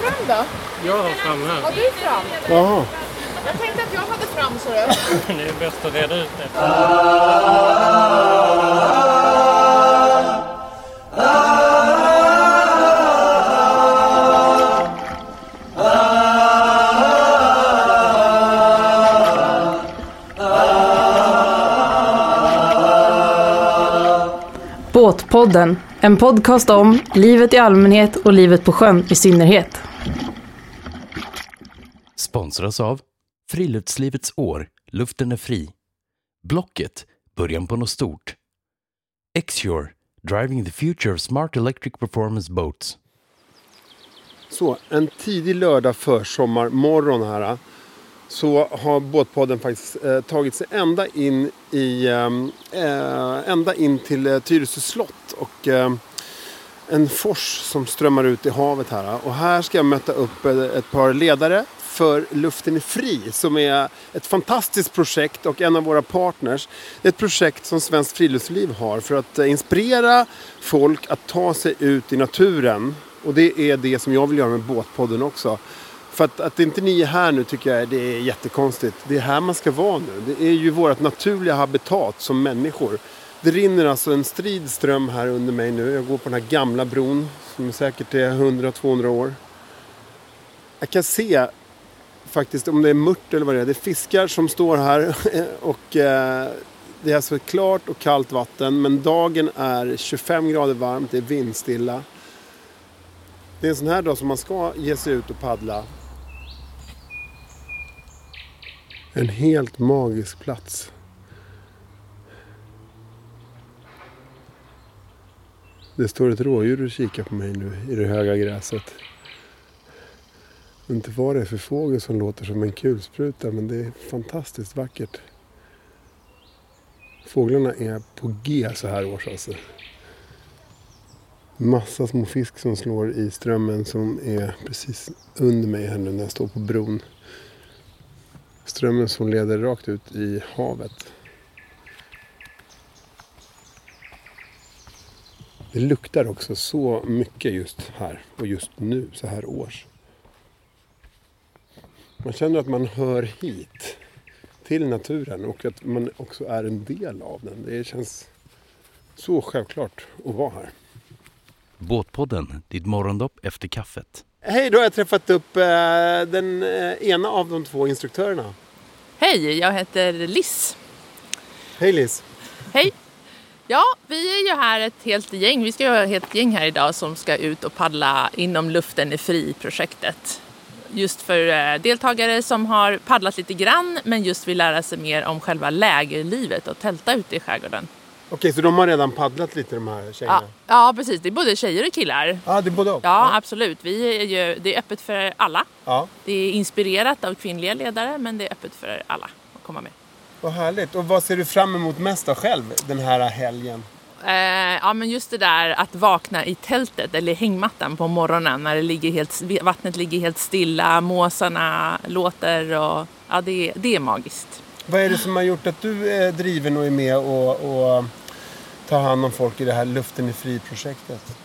fram då? Jag har fram här. Ja, du är fram. Jaha. Jag tänkte att jag hade fram, så du. Det är bäst att reda ut det. Båtpodden, en podcast om livet i allmänhet och livet på sjön i synnerhet. Sponsras av Friluftslivets år, luften är fri. Blocket, början på något stort. Xure, driving the future of smart electric performance boats. Så, en tidig lördag försommarmorgon här. Så har båtpodden faktiskt tagit sig ända in till Tyresö slott och en fors som strömmar ut i havet här. Och här ska jag möta upp ett par ledare för Luften är fri, som är ett fantastiskt projekt och en av våra partners. Det är ett projekt som Svenskt Friluftsliv har för att inspirera folk att ta sig ut i naturen. Och det är det som jag vill göra med båtpodden också. För att inte ni är här nu tycker jag det är jättekonstigt. Det är här man ska vara nu. Det är ju vårt naturliga habitat som människor. Det rinner alltså en strid ström här under mig nu. Jag går på den här gamla bron som säkert är 100-200 år. Jag kan se faktiskt om det är mört eller vad det är. Det är fiskar som står här och det är alltså klart och kallt vatten. Men dagen är 25 grader varmt, det är vindstilla. Det är en sån här dag som man ska ge sig ut och paddla. En helt magisk plats. Det står ett rådjur och kikar på mig nu i det höga gräset. Inte vad det är för fågel som låter som en kulspruta, men det är fantastiskt vackert. Fåglarna är på G så här års alltså. Massa små fisk som slår i strömmen som är precis under mig här nu när jag står på bron. Strömmen som leder rakt ut i havet. Det luktar också så mycket just här och just nu så här års. Man känner att man hör hit till naturen och att man också är en del av den. Det känns så självklart att vara här. Båtpodden, ditt morgondopp efter kaffet. Hej, då har jag träffat upp den ena av de två instruktörerna. Hej, jag heter Liz. Hej Liz. Hej. Ja, vi är ju här ett helt gäng. Vi ska göra ett helt gäng här idag som ska ut och paddla inom Luften är fri-projektet. Just för deltagare som har paddlat lite grann men just vill lära sig mer om själva lägerlivet och tälta ute i skärgården. Okej, så de har redan paddlat lite de här tjejerna? Ja, precis. Det är både tjejer och killar. Ja, det är både och. Ja, absolut. Det är öppet för alla. Ja. Det är inspirerat av kvinnliga ledare, men det är öppet för alla att komma med. Vad härligt. Och vad ser du fram emot mest då själv den här helgen? Ja, men just det där att vakna i tältet eller hängmattan på morgonen när vattnet ligger helt stilla, måsarna låter och ja, det är magiskt. Vad är det som har gjort att du är driven och är med och tar hand om folk i det här Luften är fri-projektet?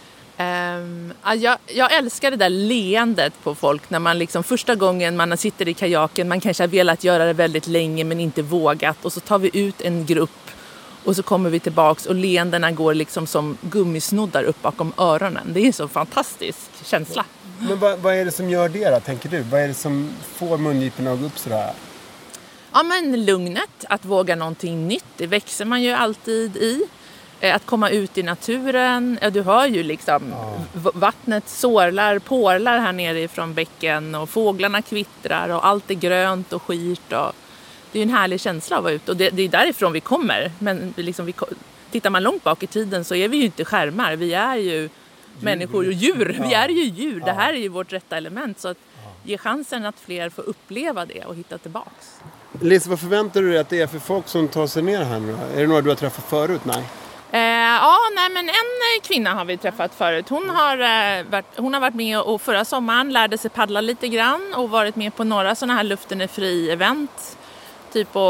Jag älskar det där leendet på folk när man liksom första gången man sitter i kajaken, man kanske har velat göra det väldigt länge men inte vågat och så tar vi ut en grupp och så kommer vi tillbaks och leendena går liksom som gummisnoddar upp bakom öronen. Det är en så fantastisk känsla. Men vad är det som gör det då, tänker du? Vad är det som får mungiporna att gå upp sådär? Ja, men lugnet, att våga någonting nytt, det växer man ju alltid i. Att komma ut i naturen, ja, du hör ju liksom vattnet porlar här nere från bäcken och fåglarna kvittrar och allt är grönt och skirt och det är en härlig känsla att vara ute och det är därifrån vi kommer. Men liksom tittar man långt bak i tiden så är vi ju inte skärmar, vi är ju människor och djur, vi är ju djur, det här är ju vårt rätta element så att ge chansen att fler får uppleva det och hitta tillbaks. Liz, vad förväntar du dig att det är för folk som tar sig ner här nu? Är det några du har träffat förut? Nej. Men en kvinna har vi träffat förut. Hon har varit med och förra sommaren lärde sig paddla lite grann och varit med på några sådana här Luften är fri-event. Typ och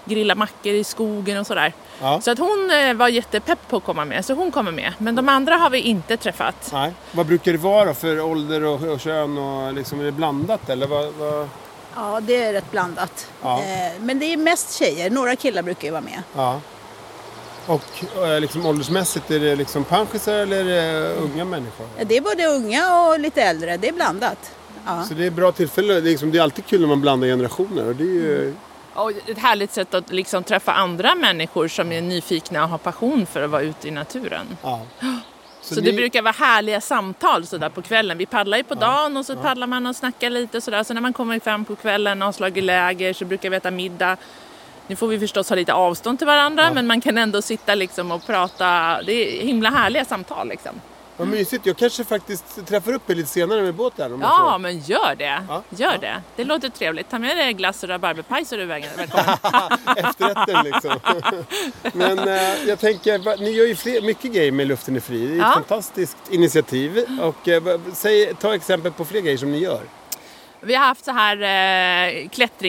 grilla mackor i skogen och sådär. Ja. Så att hon var jättepepp på att komma med, så hon kommer med. Men de andra har vi inte träffat. Nej. Vad brukar det vara för ålder och kön och liksom, är det blandat eller vad? Ja, det är rätt blandat. Ja. Men det är mest tjejer, några killar brukar ju vara med. Ja. Och liksom åldersmässigt, är det liksom pensionärer eller är det unga människor? Det är både unga och lite äldre, det är blandat. Ja. Så det är bra tillfälle, det är alltid kul när man blandar generationer och det är ju... Och ett härligt sätt att liksom träffa andra människor som är nyfikna och har passion för att vara ute i naturen. Ja. Så det brukar vara härliga samtal så där på kvällen. Vi paddlar ju på dagen och så paddlar man och snackar lite sådär. Så när man kommer fram på kvällen och har slagit läger så brukar vi äta middag. Nu får vi förstås ha lite avstånd till varandra, men man kan ändå sitta liksom och prata. Det är himla härliga samtal liksom. Vad mysigt, jag kanske faktiskt träffar upp er lite senare med båten. Ja, men gör det. Ja. Gör det. Det låter trevligt. Ta med dig glass och rabarberpaj så du är välkommen. Efterrätten liksom. Men jag tänker, ni gör ju mycket grejer med Luften är fri. Det är ett fantastiskt initiativ. Och ta exempel på fler grejer som ni gör. Vi har haft så här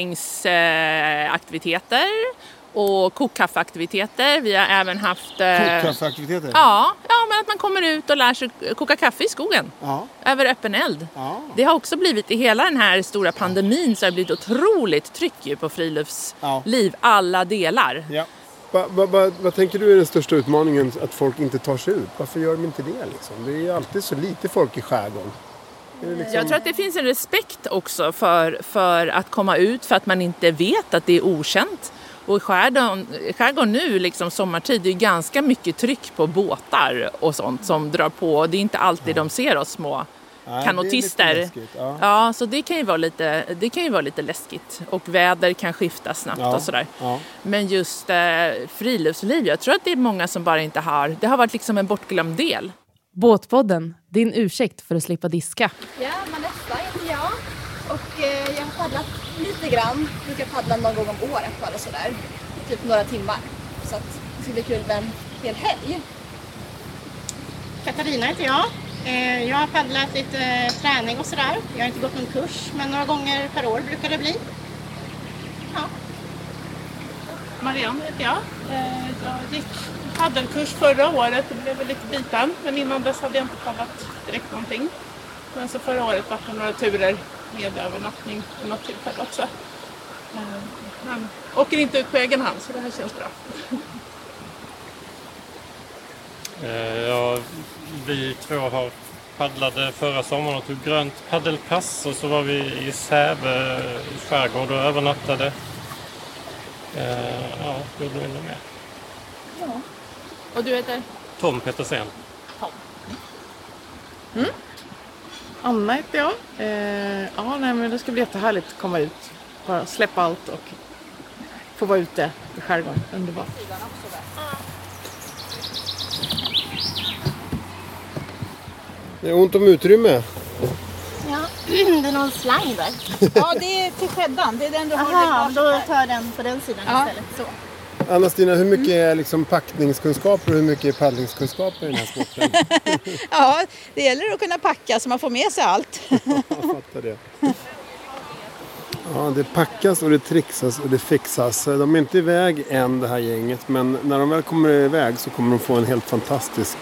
klättringsaktiviteter och kokkaffeaktiviteter. Vi har även haft... Kokkaffeaktiviteter? Ja, men att man kommer ut och lär sig koka kaffe i skogen. Ja. Över öppen eld. Ja. Det har också blivit, i hela den här stora pandemin så har det blivit otroligt tryck på friluftsliv, alla delar. Ja. Vad tänker du är den största utmaningen att folk inte tar sig ut? Varför gör de inte det liksom? Det är ju alltid så lite folk i skärgården. Liksom... Jag tror att det finns en respekt också för att komma ut, för att man inte vet att det är okänt. Och i skärgården nu, liksom sommartid, det är ganska mycket tryck på båtar och sånt som drar på. Det är inte alltid de ser oss små kanotister. Ja, så det kan ju vara lite läskigt. Och väder kan skifta snabbt och sådär. Ja. Men just friluftsliv, jag tror att det är många som bara inte har. Det har varit liksom en bortglömd del. Båtpodden, din ursäkt för att slippa diska. Ja, Manessa heter jag. Och jag har paddlat lite grann. Jag brukar paddla någon gång om året bara sådär. Typ några timmar. Så att det ska bli kul med en hel helg. Katarina heter jag. Jag har paddlat lite träning och sådär. Jag har inte gått någon kurs, men några gånger per år brukar det bli. Ja. Marianne heter jag. Jag gick paddelkurs förra året och blev lite biten. Men innan dess hade jag inte paddlat direkt någonting. Men så förra året var det några turer med övernattning och något tillfälle också. Men åker inte ut på egen hand, så det här känns bra. Ja, vi två har paddlade förra sommaren och tog grönt paddelpass. Och så var vi i Säve skärgård och övernattade. Ja, gjorde vi nog med. Ja. Och du heter? Tom Petersen. Tom. Mm. Anna heter jag. Men det ska bli jättehärligt att komma ut. Bara släppa allt och få vara ute i skärgården. Underbart. Det är ont om utrymme. Ja, det är någon slang där. Ja, det är till skäddan. Det är den du har. Aha, då tar jag den på den sidan istället. Så. Anna-Stina, hur mycket är liksom packningskunskaper och hur mycket är paddlingskunskaper i den här sporten? Ja, det gäller att kunna packa så man får med sig allt. Jag fattar det. Ja, det packas och det trixas och det fixas. De är inte iväg än, det här gänget, men när de väl kommer iväg så kommer de få en helt fantastisk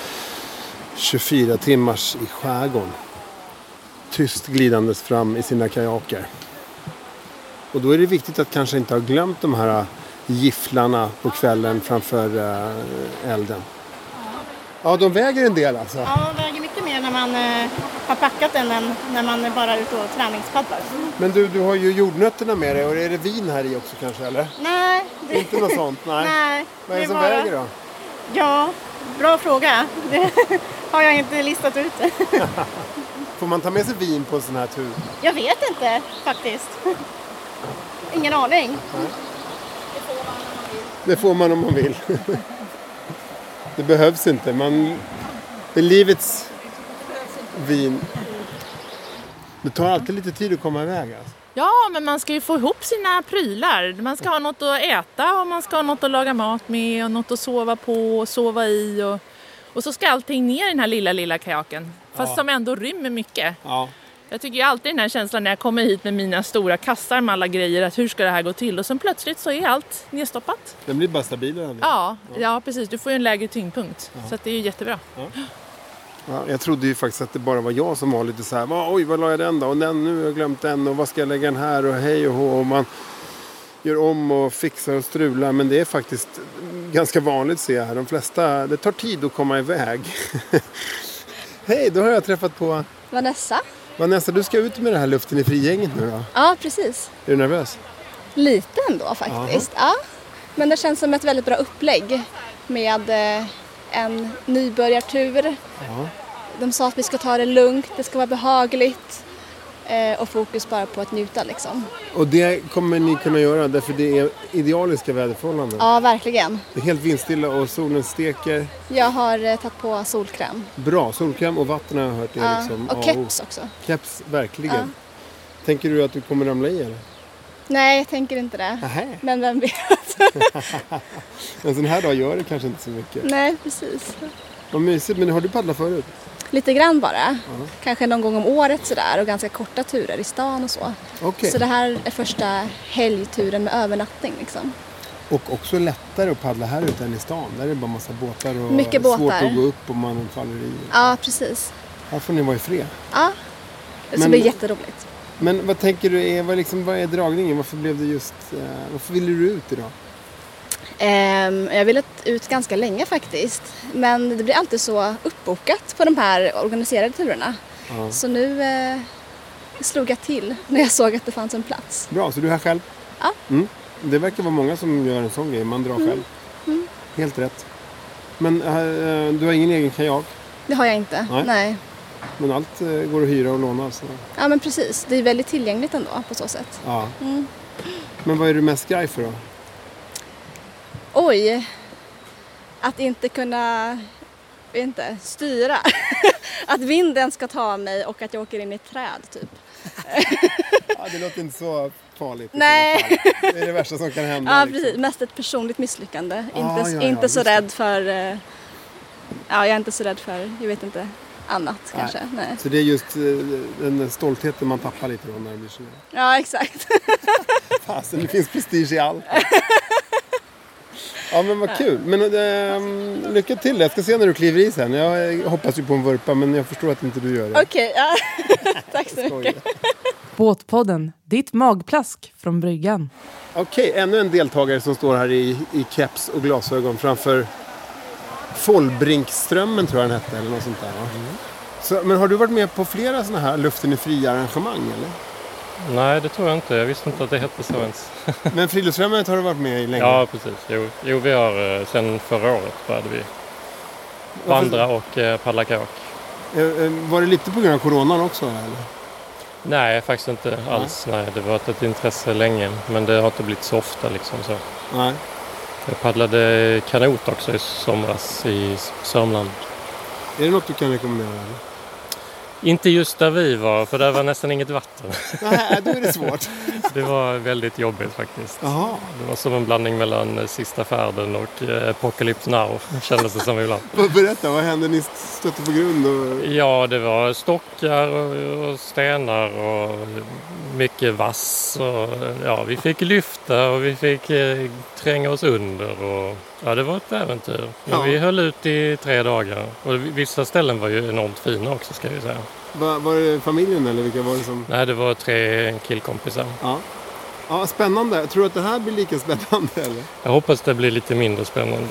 24 timmars i skärgården. Tyst glidandes fram i sina kajaker. Och då är det viktigt att kanske inte ha glömt de här gifflarna på kvällen framför elden. Ja, de väger en del alltså. Ja, de väger mycket mer när man har packat den än när man är bara ute och träningspaddlar. Men du har ju jordnötterna med dig, och är det vin här i också kanske, eller? Nej. Inte något sånt, nej. Nej. Vad är det som väger då? Ja, bra fråga. Det har jag inte listat ut. Får man ta med sig vin på en sån här tur? Jag vet inte faktiskt. Ingen aning. Nej. Det får man om man vill. Det behövs inte. Det är livets vin. Det tar alltid lite tid att komma iväg. Alltså. Ja, men man ska ju få ihop sina prylar. Man ska ha något att äta och man ska ha något att laga mat med och något att sova på och sova i. Och så ska allting ner i den här lilla kajaken. Fast som ändå rymmer mycket. Ja. Jag tycker ju alltid den här känslan när jag kommer hit med mina stora kassar med alla grejer, att hur ska det här gå till? Och sen plötsligt så är allt nedstoppat. Den blir bara stabilare. Ja, precis. Du får ju en lägre tyngdpunkt. Så att det är ju jättebra. Ja, jag trodde ju faktiskt att det bara var jag som var lite så här, oj, vad la jag den då? Och nu har jag glömt den, och vad ska jag lägga den här? Och hej och hå, och man gör om och fixar och strular. Men det är faktiskt ganska vanligt, ser jag här. De flesta, det tar tid att komma iväg. Hej, då har jag träffat på Vanessa, du ska ut med det här luften i frigänget nu då? Ja, precis. Är du nervös? Lite ändå faktiskt. Ja. Men det känns som ett väldigt bra upplägg med en nybörjartur. Ja. De sa att vi ska ta det lugnt, det ska vara behagligt och fokus bara på att njuta liksom. Och det kommer ni kunna göra därför det är idealiska väderförhållanden. Ja, verkligen. Det är helt vindstilla och solen steker. Jag har tagit på solkräm. Bra, solkräm och vatten har jag hört. Ja, liksom och keps också. Keps, verkligen. Ja. Tänker du att du kommer ramla i eller? Nej, jag tänker inte det. Aha. Men vem vet? En sån här dag gör det kanske inte så mycket. Nej, precis. Vad mysigt, men har du paddlat förut? Lite grann bara. Kanske någon gång om året sådär, och ganska korta turer i stan och så. Okay. Så det här är första helgturen med övernattning liksom. Och också lättare att paddla här ute än i stan. Där är det bara massa båtar och mycket båtar. Svårt att gå upp om man faller i. Ja, precis. Här får ni vara i fred. Ja, det ska bli jätteroligt. Men vad tänker du, vad är dragningen? Varför ville du ut idag? Jag ville ut ganska länge faktiskt. Men det blir alltid så uppbokat på de här organiserade turerna. Ja. Så nu slog jag till när jag såg att det fanns en plats. Bra, så du är här själv? Ja. Mm. Det verkar vara många som gör en sån grej. Man drar själv. Mm. Helt rätt. Men du har ingen egen kajak? Det har jag inte, nej. Men allt går att hyra och låna? Så. Ja, men precis. Det är väldigt tillgängligt ändå på så sätt. Ja. Mm. Men vad är du mest skraj för då? Oj, att inte kunna styra. Att vinden ska ta mig och att jag åker in i ett träd typ. Ja, det låter inte så farligt. Nej. Det är det värsta som kan hända. Ja, precis. Liksom. Mest ett personligt misslyckande. Inte så rädd för... jag är inte så rädd för, jag vet inte, annat kanske. Nej. Så det är just den stoltheten man tappar lite då när det blir så. Ja, exakt. Fasen, det finns prestige i allt. Ja, men vad kul. Men lycka till. Jag ska se när du kliver i sen. Jag hoppas ju på en vurpa, men jag förstår att inte du gör det. Okej, ja. Tack så mycket. Båtpodden, ditt magplask från bryggan. Okej, ännu en deltagare som står här i keps och glasögon framför Follbrinkströmmen tror jag den hette, eller något sånt där. Så, men har du varit med på flera sådana här luften i fria arrangemang, eller? Nej, det tror jag inte. Jag visste inte att det hette så ens. Men Friluftsfrämjandet har du varit med i länge? Ja, precis. Jo, vi har sedan förra året började vi vandra och paddla kajak. Var det lite på grund av coronan också, eller? Nej, faktiskt inte alls. Nej, det har varit ett intresse länge, men det har inte blivit så ofta liksom så. Nej. Jag paddlade kanot också i somras i Sörmland. Är det något du kan rekommendera, eller? Inte just där vi var, för där var nästan inget vatten. Nej, då är det svårt. Det var väldigt jobbigt faktiskt. Aha. Det var som en blandning mellan Sista färden och Apocalypse Now, kändes det som ibland. Berätta, vad hände? Ni stötte på grund? Och... Ja, det var stockar och stenar och mycket vass. Och, ja, vi fick lyfta och vi fick tränga oss under. Och, ja, det var ett äventyr. Men vi höll ut i 3 dagar. Och vissa ställen var ju enormt fina också, ska jag säga. Var det familjen eller vilka var det som... Nej, det var 3 killkompisar. Ja, spännande. Tror du att det här blir lika spännande, eller? Jag hoppas det blir lite mindre spännande.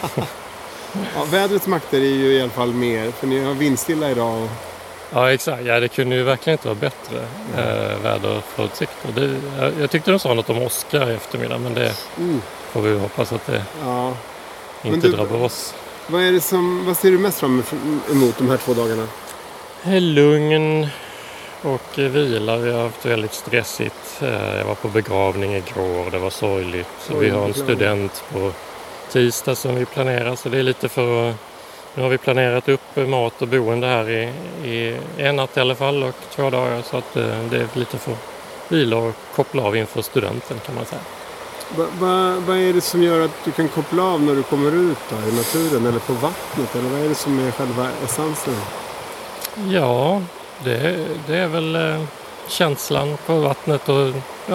Vädrets makter är ju i alla fall mer, för ni har vindstilla idag. Och... Ja, exakt. Ja, det kunde ju verkligen inte vara bättre väderförutsikter. Jag tyckte de sa något om Oscar i eftermiddag, men det får vi hoppas att det inte drabbar oss. Vad ser du mest fram emot de här 2 dagarna? Lugn och vila. Vi har haft väldigt stressigt. Jag var på begravning igår, det var sorgligt. Vi har en student på tisdag som vi planerar, så det är lite för... Nu har vi planerat upp mat och boende här i en natt i alla fall och 2 dagar, så att det är lite för vila och koppla av inför studenten, kan man säga. Vad är det som gör att du kan koppla av när du kommer ut då, i naturen eller på vattnet? Eller vad är det som är själva essensen? Ja, Det är väl känslan på vattnet och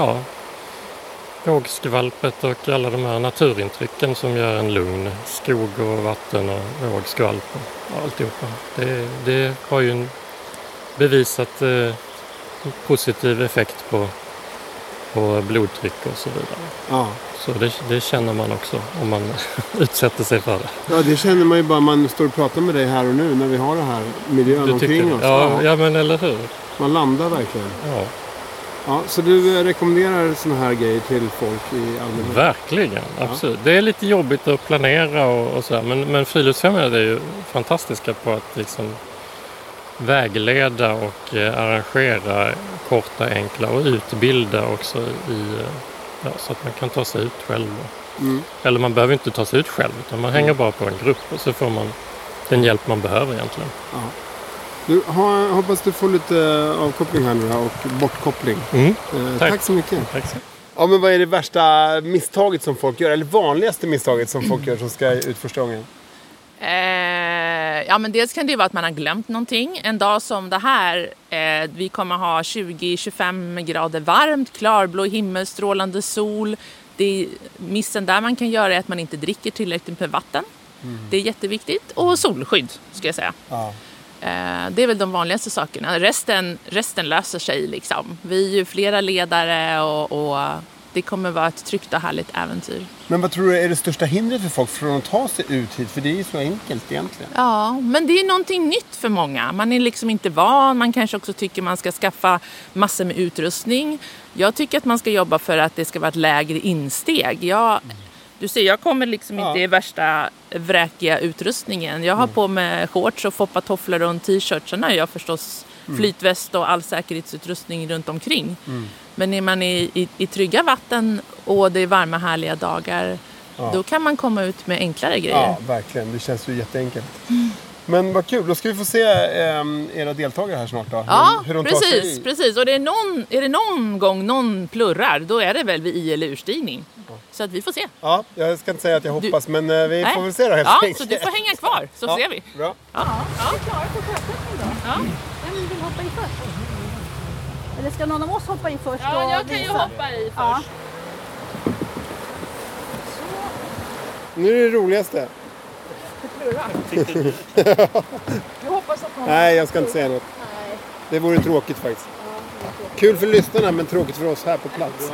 vågskvalpet och alla de här naturintrycken som gör en lugn. Skog och vatten och vågskvalp och alltihopa. Det har ju en bevisat positiv effekt på blodtryck och så vidare. Ja. Så det känner man också om man utsätter sig för det. Ja, det känner man ju bara man står och pratar med dig här och nu när vi har det här miljön omkring oss. Ja, men eller hur? Man landar verkligen. Ja. Ja, så du rekommenderar såna här grejer till folk i allmänhet? Verkligen, absolut. Det är lite jobbigt att planera och så här, men Friluftsfrämjandet är ju fantastiska på att liksom vägleda och arrangera korta, enkla och utbilda också så att man kan ta sig ut själv. Eller man behöver inte ta sig ut själv utan man hänger bara på en grupp och så får man den hjälp man behöver egentligen. Ja. Du, hoppas du får lite avkoppling här nu och bortkoppling. Tack så mycket. Tack så. Ja, men vad är det värsta misstaget som folk gör? Eller vanligaste misstaget som folk gör som ska ut första gången? Ja, men dels kan det ju vara att man har glömt någonting. En dag som det här, vi kommer ha 20-25 grader varmt, klarblå himmel, strålande sol. Missen där man kan göra är att man inte dricker tillräckligt med vatten. Det är jätteviktigt. Och solskydd, ska jag säga. Ja. Det är väl de vanligaste sakerna. Resten löser sig liksom. Vi är ju flera ledare och det kommer vara ett tryggt och härligt äventyr. Men vad tror du är det största hindret för folk från att ta sig ut hit? För det är ju så enkelt egentligen. Ja, men det är någonting nytt för många. Man är liksom inte van. Man kanske också tycker man ska skaffa massor med utrustning. Jag tycker att man ska jobba för att det ska vara ett lägre insteg. Du ser, jag kommer liksom inte i värsta vräkiga utrustningen. Jag har på mig shorts och foppatofflor runt t-shirt. Sen har jag förstås flytväst och all säkerhetsutrustning runt omkring. Men är man i trygga vatten och det är varma härliga dagar, då kan man komma ut med enklare grejer. Ja, verkligen. Det känns ju jätteenkelt. Men vad kul, då ska vi få se era deltagare här snart då. Ja, hur de precis. Och är det någon gång någon plurrar, då är det väl vid i- eller urstigning. Så att vi får se. Ja, jag ska inte säga att jag hoppas, men vi får väl se då helt enkelt. Så du får hänga kvar, så ser vi. Bra. Ja. Är vi klara för sjösättning då? Ja. Vem vill hoppa i först? Eller ska någon av oss hoppa i först? Ja, jag kan ju hoppa i först. Ja. Nu är det roligaste. Jag hoppas att någon... Nej, jag ska inte säga något. Nej. Det vore tråkigt faktiskt. Kul för lyssnarna, men tråkigt för oss här på plats.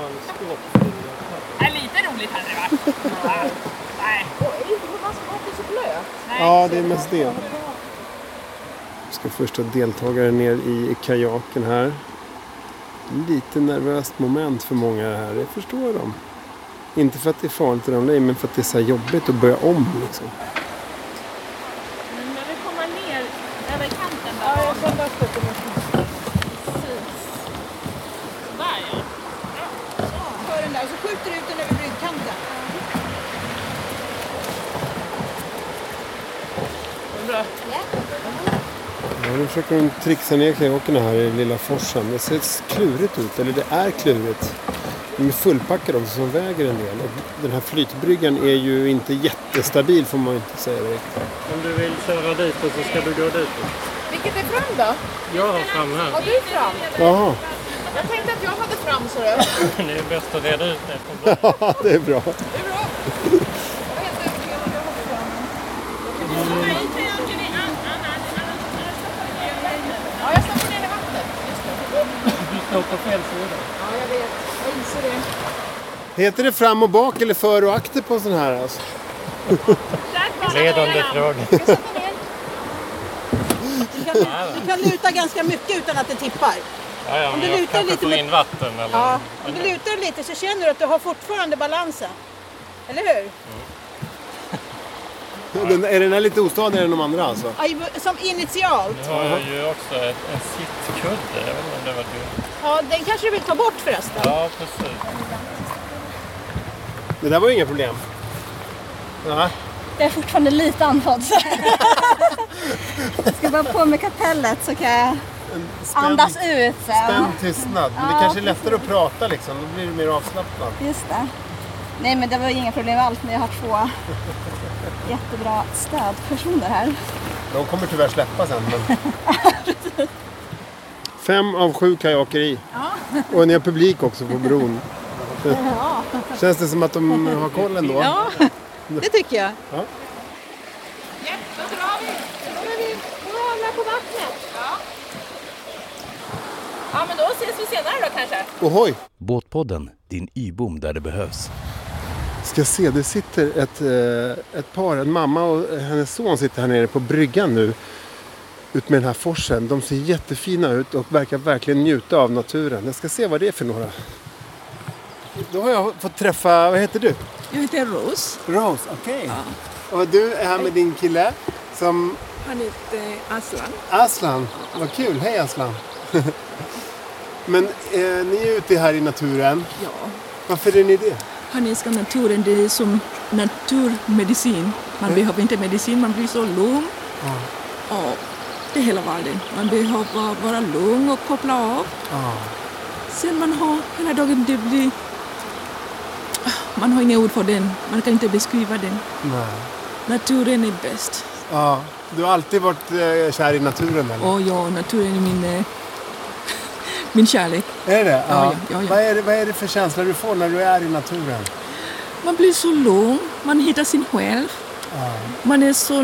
Lite roligt hade det varit. Nej. Man ska vara så blöt. Ja, det är mest det. Jag ska först ha deltagare ner i kajaken här. Lite nervöst moment för många här, det förstår de. Inte för att det är farligt att ramla i, men för att det är så här jobbigt att börja om liksom. Men när vi kommer ner över kanten där. Ja, jag får bara stoppa mig. Där ja. För den där, och så skjuter du ut den över bryggkanten. Bra. Ja, nu försöker de trixa ner kajakerna här i lilla forsen. Det ser klurigt ut, eller det är klurigt. De är fullpackade också som väger en del. Och den här flytbryggan är ju inte jättestabil, får man inte säga direkt. Om du vill köra dit så ska du gå dit. Vilket är fram då? Jag har fram här. Ja, du är fram. Jaha, Jag tänkte att jag hade fram så det. Det är bäst att reda ut det från början. ja, det är bra. Det är bra. Jag var helt övertygad om att jag hade fram. Ja, jag stoppar ner i vattnet. Du står på fel sida. Ja, jag vet. Jag inser det. Heter det fram och bak eller för och akter på sån här alltså? Ledande fråga. Jag sätter ner. Du kan luta ganska mycket utan att det tippar. Ja, Om men du jag lutar kanske lite får med- in vatten eller... Ja, om du lutar lite så känner du att du har fortfarande balansen. Eller hur? Är den här lite ostadigare än de andra alltså? Ja, som initialt. Nu har jag ju också en sittkudde. Jag vet inte om det var dumt. Ja, den kanske du vill ta bort förresten. Ja, precis. Det där var ju inga problem. Ja. Jag är fortfarande lite andfådd. Jag ska bara på med kapellet så kan jag andas ut sen. Spänd tystnad. Men det Ja, kanske är lättare att prata liksom. Då blir det mer avslappnat. Just det. Nej, men det var inga problem alls, men jag har 2 jättebra stödpersoner här. De kommer tyvärr släppa sen. Men... 5 av 7 kajaker i. Ja. Och ni har publik också på bron. Ja. Känns det som att de har koll ändå? Ja, det tycker jag. Ja. Då drar vi. Då är vi på vattnet. Ja, men då ses vi senare då kanske. Ohoj! Båtpodden, din y-bom där det behövs. Ska se, det sitter ett par, en mamma och hennes son sitter här nere på bryggan nu. Ut med den här forsen. De ser jättefina ut och verkar verkligen njuta av naturen. Jag ska se vad det är för några. Då har jag fått träffa, vad heter du? Jag heter Rose. Rose, okej. Okay. Ja. Och du är här med din kille som... Han heter Aslan. Aslan, vad kul. Hej Aslan. Men ni är ute här i naturen. Ja. Varför är ni det? Han älskar naturen, det är som naturmedicin. Man behöver inte medicin, man blir så lugn. Ja. Och det är hela världen. Man behöver vara lugn och koppla av. Ja. Sen man har hela dagen, det blir... Man har inga ord för den. Man kan inte beskriva den. Nej. Naturen är bäst. Ja. Du har alltid varit kär i naturen, eller? Ja, naturen är min kärlek. Är det? Ja. Vad är det för känsla du får när du är i naturen? Man blir så lugn. Man hittar sin själv. Ja. Man är så...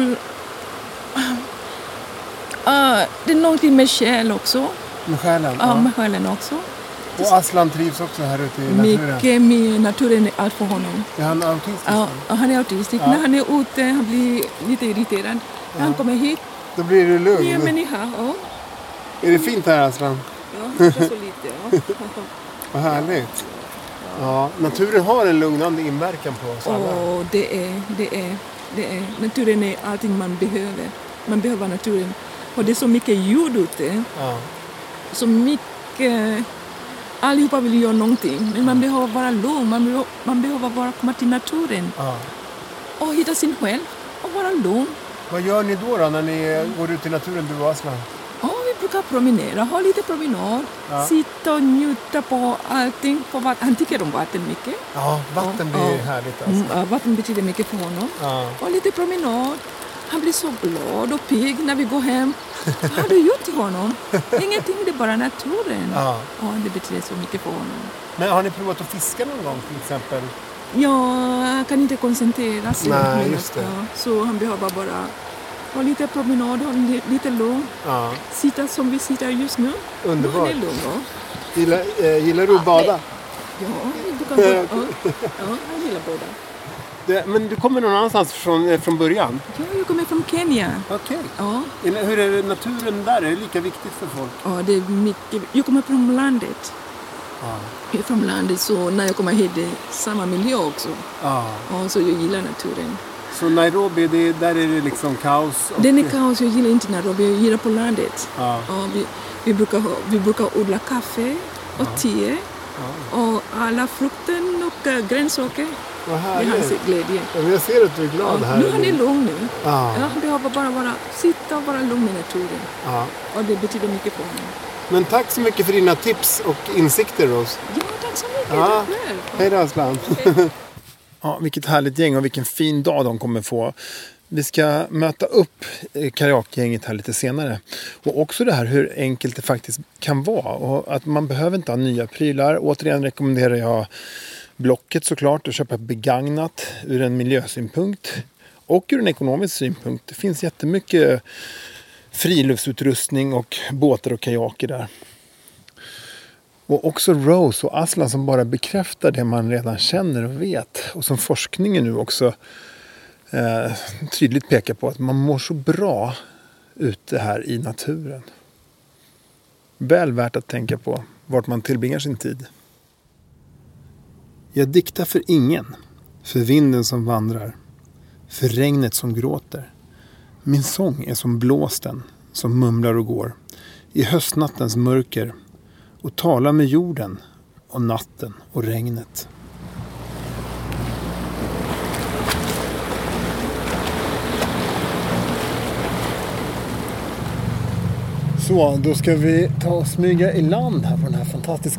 det är någonting med själ också. Med själen? Ja, med själen också. Och Aslan trivs också här ute i naturen? Mycket med naturen är allt för honom. Är han autistisk? Ja, han är autistisk. Ja. När han är ute, han blir lite irriterad. När han kommer hit. Då blir du lugn? Ja, människa. Ja. Är det fint här, Aslan? Ja, inte så lite. Ja. Vad härligt. Ja, naturen har en lugnande inverkan på oss alla. Det är. Naturen är allting man behöver. Man behöver naturen. Och det är så mycket ljud ute. Ja. Så mycket... Allihopa vill göra någonting. Men man behöver vara lugn. Man behöver bara komma till naturen. Ja. Och hitta sin själv. Och vara lugn. Vad gör ni då när ni går ut i naturen, du och Aslan? Ja, vi brukar promenera. Ha lite promenad. Ja. Sitta och njuta på allting. På vatten. Han tycker om vatten mycket. Ja, vatten blir härligt alltså. Vatten betyder mycket för honom. Ja. Ha lite promenad. Han blir så glad och pigg när vi går hem. Vad har du gjort till honom? Ingenting, det är bara naturen. Ja, det betyder så mycket för honom. Men har ni provat att fiska någon gång till exempel? Ja, han kan inte koncentrera sig. Nej, just det. Ja, så han behöver bara ha lite promenad, ha lite lugn. Ja. Sitta som vi sitter just nu. Underbart. Han är lugn. Gillar du att bada? Ja, du kan bada. Ja, jag gillar bada. Men du kommer någon annanstans från början? Ja, jag kommer från Kenya. Okej. Ja. Hur är naturen där? Är det lika viktigt för folk? Ja, det är mycket. Jag kommer från landet. Ja. Jag är från landet, så när jag kommer hit det är samma miljö också. Ja. Ja, så jag gillar naturen. Så Nairobi, där är det liksom kaos? Den är kaos, jag gillar inte Nairobi, jag gillar på landet. Ja. Ja, vi brukar odla kaffe och te. Ja. Och alla frukten och grönsaker. Vad härligt. Det är hans glädje. Jag ser att du är glad här. Nu är han lugn nu. Ja. Han behöver bara sitta och vara lugn i naturen. Ja. Och det betyder mycket för honom. Men tack så mycket för dina tips och insikter, Rose. Ja, tack så mycket. Ja. Hej då, Aslan. Ja, vilket härligt gäng och vilken fin dag de kommer få. Vi ska möta upp kajakgänget här lite senare. Och också det här hur enkelt det faktiskt kan vara. Och att man behöver inte ha nya prylar. Återigen rekommenderar jag Blocket såklart att köpa begagnat ur en miljösynpunkt. Och ur en ekonomisk synpunkt. Det finns jättemycket friluftsutrustning och båtar och kajaker där. Och också Rose och Aslan som bara bekräftar det man redan känner och vet. Och som forskningen nu också tydligt pekar på att man mår så bra ute här i naturen. Väl värt att tänka på vart man tillbringar sin tid. Jag diktar för ingen, för vinden som vandrar, för regnet som gråter. Min sång är som blåsten som mumlar och går i höstnattens mörker och talar med jorden och natten och regnet. Så, då ska vi ta och smyga i land här på den här fantastiska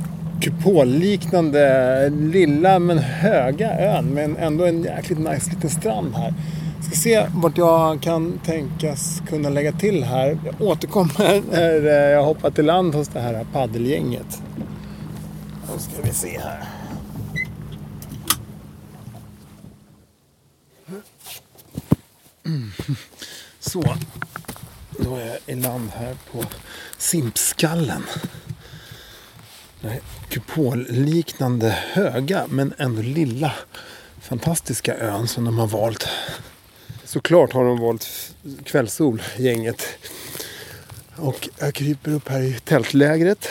kupolliknande lilla men höga ön. Men ändå en jäkligt nice liten strand här. Ska se vart jag kan tänkas kunna lägga till här. Jag återkommer när jag hoppar till land hos det här paddelgänget. Då ska vi se här. Så, då är jag i land här på Simpskallen. Den här kupolliknande höga men ändå lilla fantastiska ön som de har valt. Såklart har de valt kvällssol, gänget. Och jag kryper upp här i tältlägret.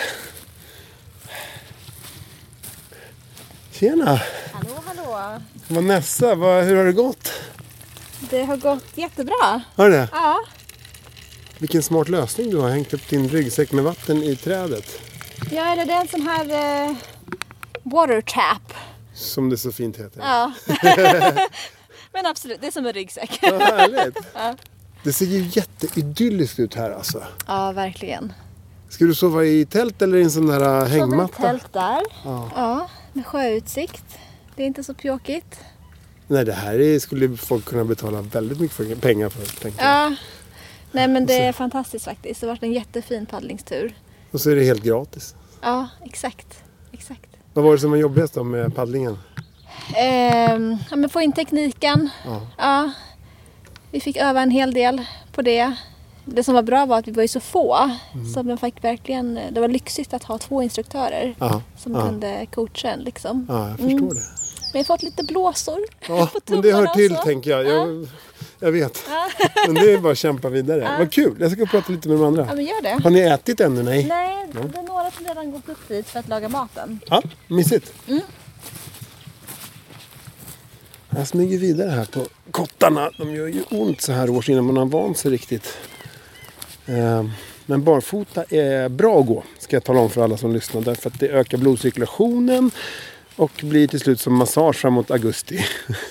Tjena! Hallå. Vanessa, hur har det gått? Det har gått jättebra. Har det? Ja. Vilken smart lösning du har hängt upp din ryggsäck med vatten i trädet. Ja, eller det är en sån här water tap. Som det så fint heter. Ja. Men absolut, det är som en ryggsäck. Ja, härligt. Ja. Det ser ju jätteidylliskt ut här alltså. Ja, verkligen. Ska du sova i tält eller i en sån där hängmatta? Sova i tält där. Ja. Med sjöutsikt. Det är inte så pjåkigt. Nej, det här skulle folk kunna betala väldigt mycket pengar för, tänker jag. Ja. Nej, men det är fantastiskt faktiskt. Det har varit en jättefin paddlingstur. Och så är det helt gratis. Ja, exakt. Vad var det som var jobbigast då med paddlingen? Men få in tekniken. Ja. Vi fick öva en hel del på det. Det som var bra var att vi var ju så få. Så man fick verkligen, det var lyxigt att ha 2 instruktörer som kunde coacha en liksom. Ja, jag förstår det. Men jag har fått lite blåsor Ja, på men det hör till så. tänker jag. Jag vet. Men det är bara att kämpa vidare. Vad kul, jag ska prata lite med de andra. Ja, men gör det. Har ni ätit ännu? Nej, det är några som redan gått upp dit för att laga maten. Ja, mysigt. Jag smyger vidare här på kottarna. De gör ju ont så här års innan man har vant sig riktigt. Men barfota är bra att gå, ska jag tala om för alla som lyssnar. Därför att det ökar blodcirkulationen och blir till slut som massage framåt augusti.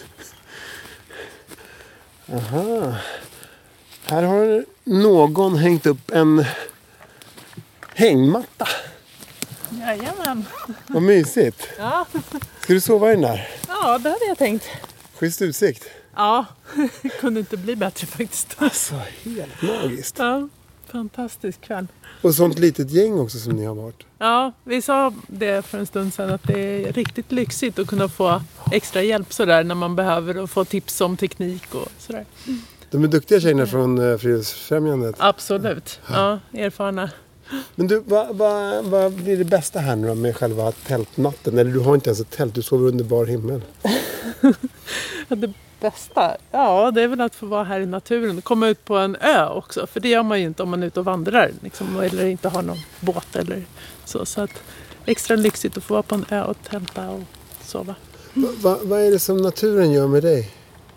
Aha. Här har någon hängt upp en hängmatta. Jajamän. Vad mysigt. Ja. Ska du sova i den där? Ja, det hade jag tänkt. Schysst utsikt. Ja, det kunde inte bli bättre faktiskt. Alltså, helt magiskt. Ja, fantastisk kväll. Och sånt litet gäng också som ni har varit. Ja, vi sa det för en stund sedan att det är riktigt lyxigt att kunna få extra hjälp sådär när man behöver och få tips om teknik och sådär. De är duktiga tjejerna från Friluftsfrämjandet. Absolut, ja, erfarna. Men du, vad blir det bästa här nu då med själva tältnatten? Eller du har inte ens ett tält, du sover under bar himmel. Det bästa? Ja, det är väl att få vara här i naturen och komma ut på en ö också. För det gör man ju inte om man är ute och vandrar liksom, eller inte har någon båt eller så. Så att extra lyxigt att få vara på en ö och tälta och sova. Vad är det som naturen gör med dig?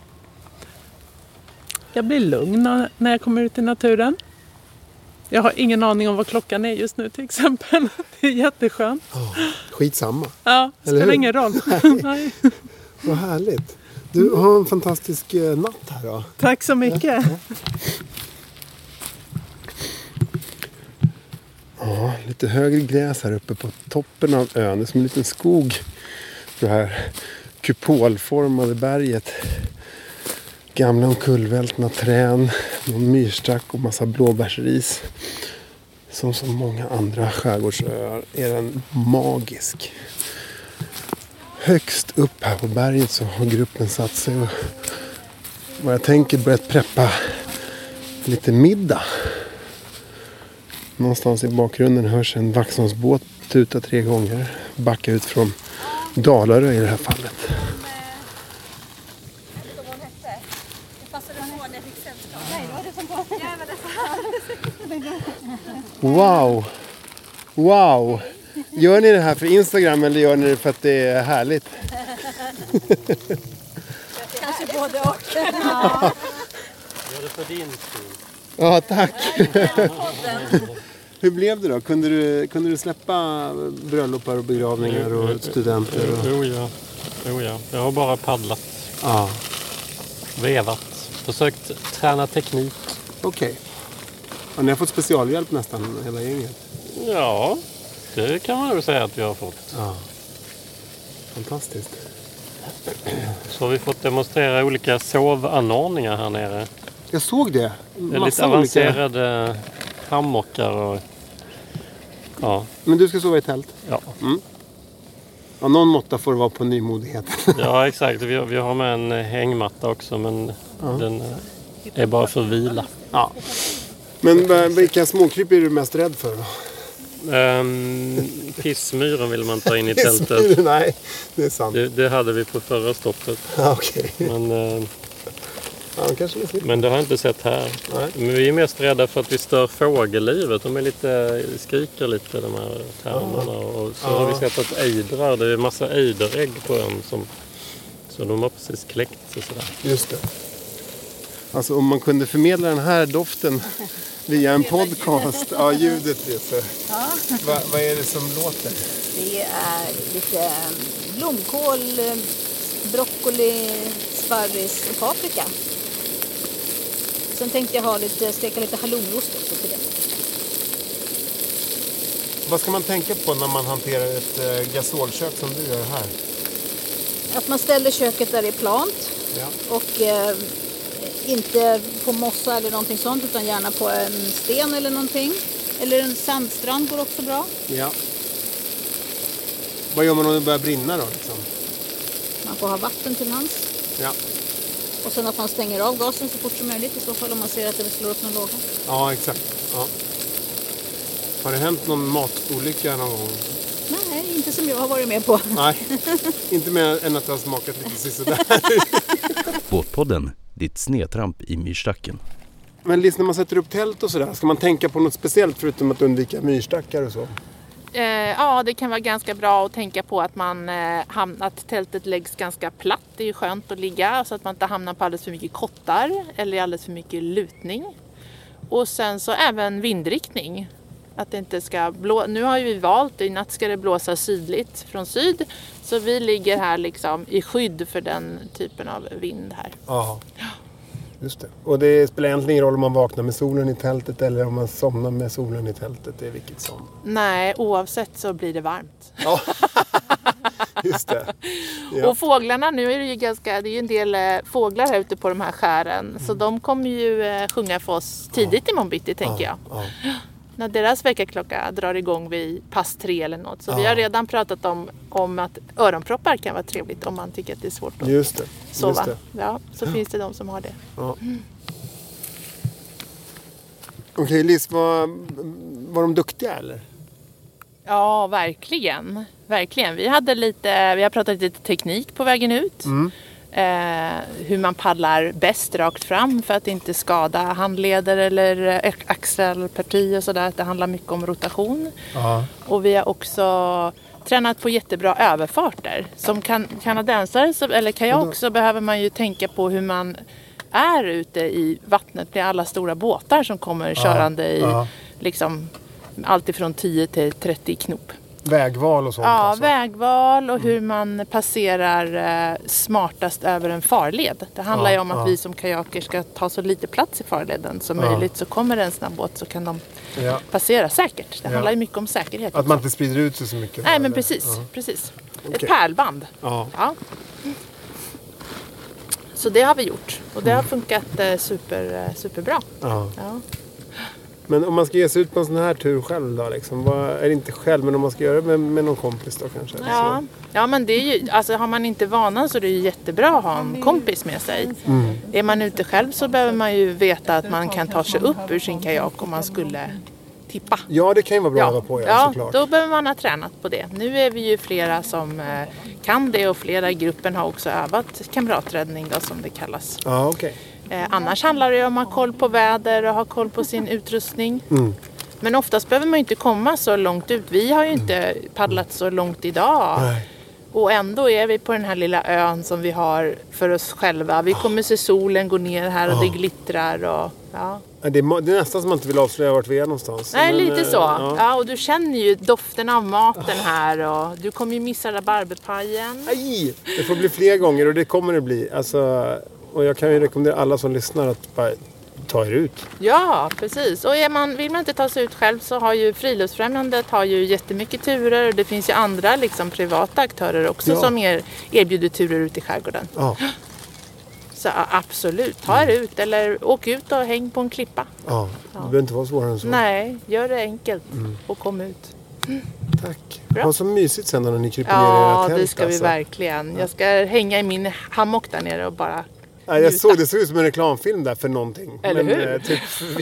Jag blir lugn när jag kommer ut i naturen. Jag har ingen aning om vad klockan är just nu till exempel. Det är jätteskönt. Skitsamma. Ja, det spelar ingen roll. Nej. Vad härligt. Du har en fantastisk natt här då. Tack så mycket. Ja, lite högre gräs här uppe på toppen av ön. Det är som en liten skog. Det här kupolformade berget. Gamla omkullvältna trän, någon myrstack och massa blåbärsris. Som så många andra skärgårdsöar är den magisk. Högst upp här på berget så har gruppen satt sig och vad jag tänker börjat preppa lite middag. Någonstans i bakgrunden hörs en Vaxholmsbåt tuta 3 gånger. Backa ut från Dalarö i det här fallet. Wow! Wow! Gör ni det här för Instagram eller gör ni det för att det är härligt? Kanske både och. Ja. Gör det för din skull. Ja, tack! Hur blev det då? Kunde du släppa bröllopar och begravningar och studenter? Och... Jo, ja. Jag har bara paddlat. Ja. Vevat. Försökt träna teknik. Okej. Och ni har fått specialhjälp nästan hela gänget? Ja, det kan man väl säga att vi har fått. Ja. Fantastiskt. Så har vi fått demonstrera olika sovanordningar här nere. Jag såg det. Det är lite avancerade hammockar och... Ja. Men du ska sova i tält? Ja. Ja, någon måtta får det vara på nymodigheten. Ja, exakt. Vi har med en hängmatta också, men den är bara för vila. Ja. Men vilka småkryp är du mest rädd för då? Pissmyren vill man ta in i tältet. Nej, det är sant. Det hade vi på förra stoppet. Okej. Men det har jag inte sett här. Nej. Men vi är mest rädda för att vi stör fågellivet. De skriker lite, de här tärnorna. Och så har vi sett att ejdrar, det är en massa ejderägg på ön så de har precis kläckt och sådär. Just det. Alltså om man kunde förmedla den här doften via en podcast. Ja, ljudet Lise. Ja. Vad är det som låter? Det är lite blomkål, broccoli, sparris och paprika. Sen tänkte jag steka lite halloumiost också till det. Vad ska man tänka på när man hanterar ett gasolkök som du gör här? Att man ställer köket där det är plant. Ja. Och inte på mossa eller någonting sånt, utan gärna på en sten eller någonting. Eller en sandstrand går också bra. Ja. Vad gör man om det börjar brinna då? Liksom? Man får ha vatten till hands. Ja. Och sen att man stänger av gasen så fort som möjligt i så fall om man ser att det slår upp någon låga. Ja, exakt. Ja. Har det hänt någon matolycka någon gång? Nej, inte som jag har varit med på. Nej, inte mer än att jag har smakat lite sisådär. Båtpodden, ditt snedtramp i myrstacken. Men Liz, när man sätter upp tält och sådär, ska man tänka på något speciellt förutom att undvika myrstackar och så? Ja, det kan vara ganska bra att tänka på att att tältet läggs ganska platt. Det är ju skönt att ligga så att man inte hamnar på alldeles för mycket kottar eller alldeles för mycket lutning. Och sen så även vindriktning. Att det inte ska nu har ju vi valt, i natt ska det blåsa sydligt från syd. Så vi ligger här liksom i skydd för den typen av vind här. Ja, just det. Och det spelar egentligen ingen roll om man vaknar med solen i tältet eller om man somnar med solen i tältet. Det är vilket som. Nej, oavsett så blir det varmt. Ja, just det. Ja. Och fåglarna, nu är det ju det är ju en del fåglar här ute på de här skären. Så de kommer ju sjunga för oss tidigt i morgonbitti, tänker jag. Ja. När deras väckarklocka drar igång vid pass 3 eller något. Så vi har redan pratat om att öronproppar kan vara trevligt om man tycker att det är svårt att sova. Just det. Ja, så finns det de som har det. Ja. Okej, Liz, var de duktiga eller? Ja, verkligen. Verkligen. Vi har pratat lite teknik på vägen ut. Hur man paddlar bäst rakt fram för att inte skada handleder eller axelparti och sådär. Det handlar mycket om rotation. Och vi har också tränat på jättebra överfarter. Som kanadensare eller kajak så behöver man ju tänka på hur man är ute i vattnet med alla stora båtar som kommer körande i liksom allt ifrån 10 till 30 knop. Vägval och sånt. Ja, alltså. Vägval och hur man passerar smartast över en farled. Det handlar ju om att vi som kajaker ska ta så lite plats i farleden som möjligt. Så kommer det en snabb båt så kan de passera säkert. Det handlar ju mycket om säkerhet. Att man inte sprider ut sig så mycket. Nej, men precis. Okay. Ett pärlband. Ja. Så det har vi gjort. Och det har funkat superbra. Ja. Men om man ska ge sig ut på en sån här tur själv då, liksom, är det inte själv, men om man ska göra det med någon kompis då kanske? Ja, men det är ju, alltså har man inte vanan så är det ju jättebra att ha en kompis med sig. Är man ute själv så behöver man ju veta att man kan ta sig upp ur sin kajak om man skulle tippa. Ja, det kan ju vara bra att öva på, såklart. Då behöver man ha tränat på det. Nu är vi ju flera som kan det och flera i gruppen har också övat kamraträddning då, som det kallas. Ja, okej. Annars handlar det om att ha koll på väder och ha koll på sin utrustning. Men oftast behöver man ju inte komma så långt ut. Vi har ju inte paddlat så långt idag. Nej. Och ändå är vi på den här lilla ön som vi har för oss själva. Vi kommer se solen gå ner här och det glittrar. Och, det är nästan som man inte vill avslöja vart vi är någonstans. Nej, men, lite så. Ja, och du känner ju doften av maten här. Och du kommer ju missa rabarberpajen. Nej, det får bli fler gånger och det kommer det bli. Alltså... Och jag kan ju rekommendera alla som lyssnar att bara ta er ut. Ja, precis. Och vill man inte ta sig ut själv så har ju Friluftsfrämjandet jättemycket turer. Det finns ju andra liksom, privata aktörer också som erbjuder turer ut i skärgården. Ja. Så absolut, ta er ut eller åk ut och häng på en klippa. Ja, det behöver inte vara svårare än så. Nej, gör det enkelt och kom ut. Tack. Bra. Ha så mysigt sen när ni kryper ner i era tält. Ja, det ska vi verkligen. Jag ska hänga i min hammock där nere och bara det såg ut som en reklamfilm där för någonting. Eller hur? Typ...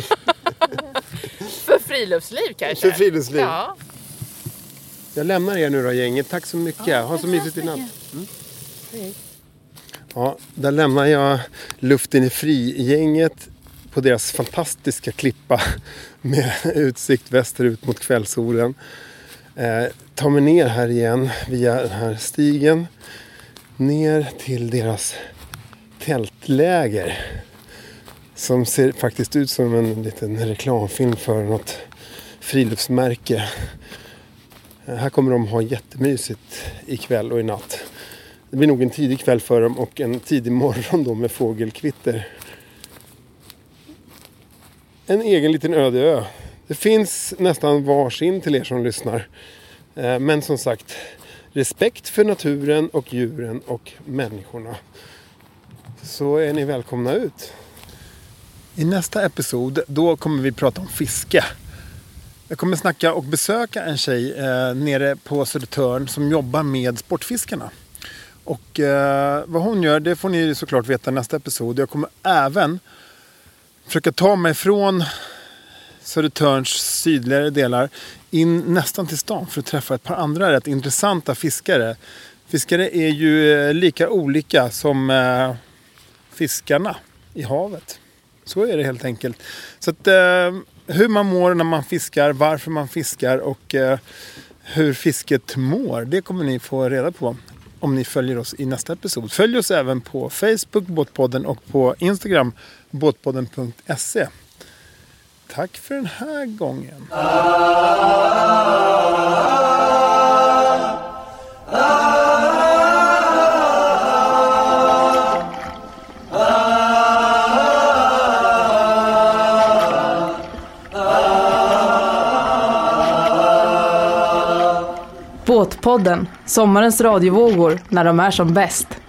för friluftsliv kanske. För friluftsliv. Ja. Jag lämnar er nu då, gänget. Tack så mycket. Ha så mysigt i natt. Hej. Ja, där lämnar jag Luften är fri-gänget på deras fantastiska klippa med utsikt västerut mot kvällssolen. Ta mig ner här igen via den här stigen ner till deras tältläger som ser faktiskt ut som en liten reklamfilm för något friluftsmärke. Här kommer de ha jättemysigt ikväll och i natt. Det blir nog en tidig kväll för dem och en tidig morgon då med fågelkvitter. En egen liten öde ö. Det finns nästan varsin till er som lyssnar. Men som sagt, respekt för naturen och djuren och människorna. Så är ni välkomna ut. I nästa episod då kommer vi prata om fiske. Jag kommer snacka och besöka en tjej nere på Södertörn som jobbar med sportfiskarna. Och vad hon gör, det får ni såklart veta i nästa episod. Jag kommer även försöka ta mig från Södertörns sydligare delar in nästan till stan för att träffa ett par andra rätt intressanta fiskare. Fiskare är ju lika olika som fiskarna i havet. Så är det helt enkelt. Så att, hur man mår när man fiskar, varför man fiskar och hur fisket mår, det kommer ni få reda på om ni följer oss i nästa episod. Följ oss även på Facebook, Båtpodden, och på Instagram, båtpodden.se. Tack för den här gången. Båtpodden, sommarens radiovågor när de är som bäst.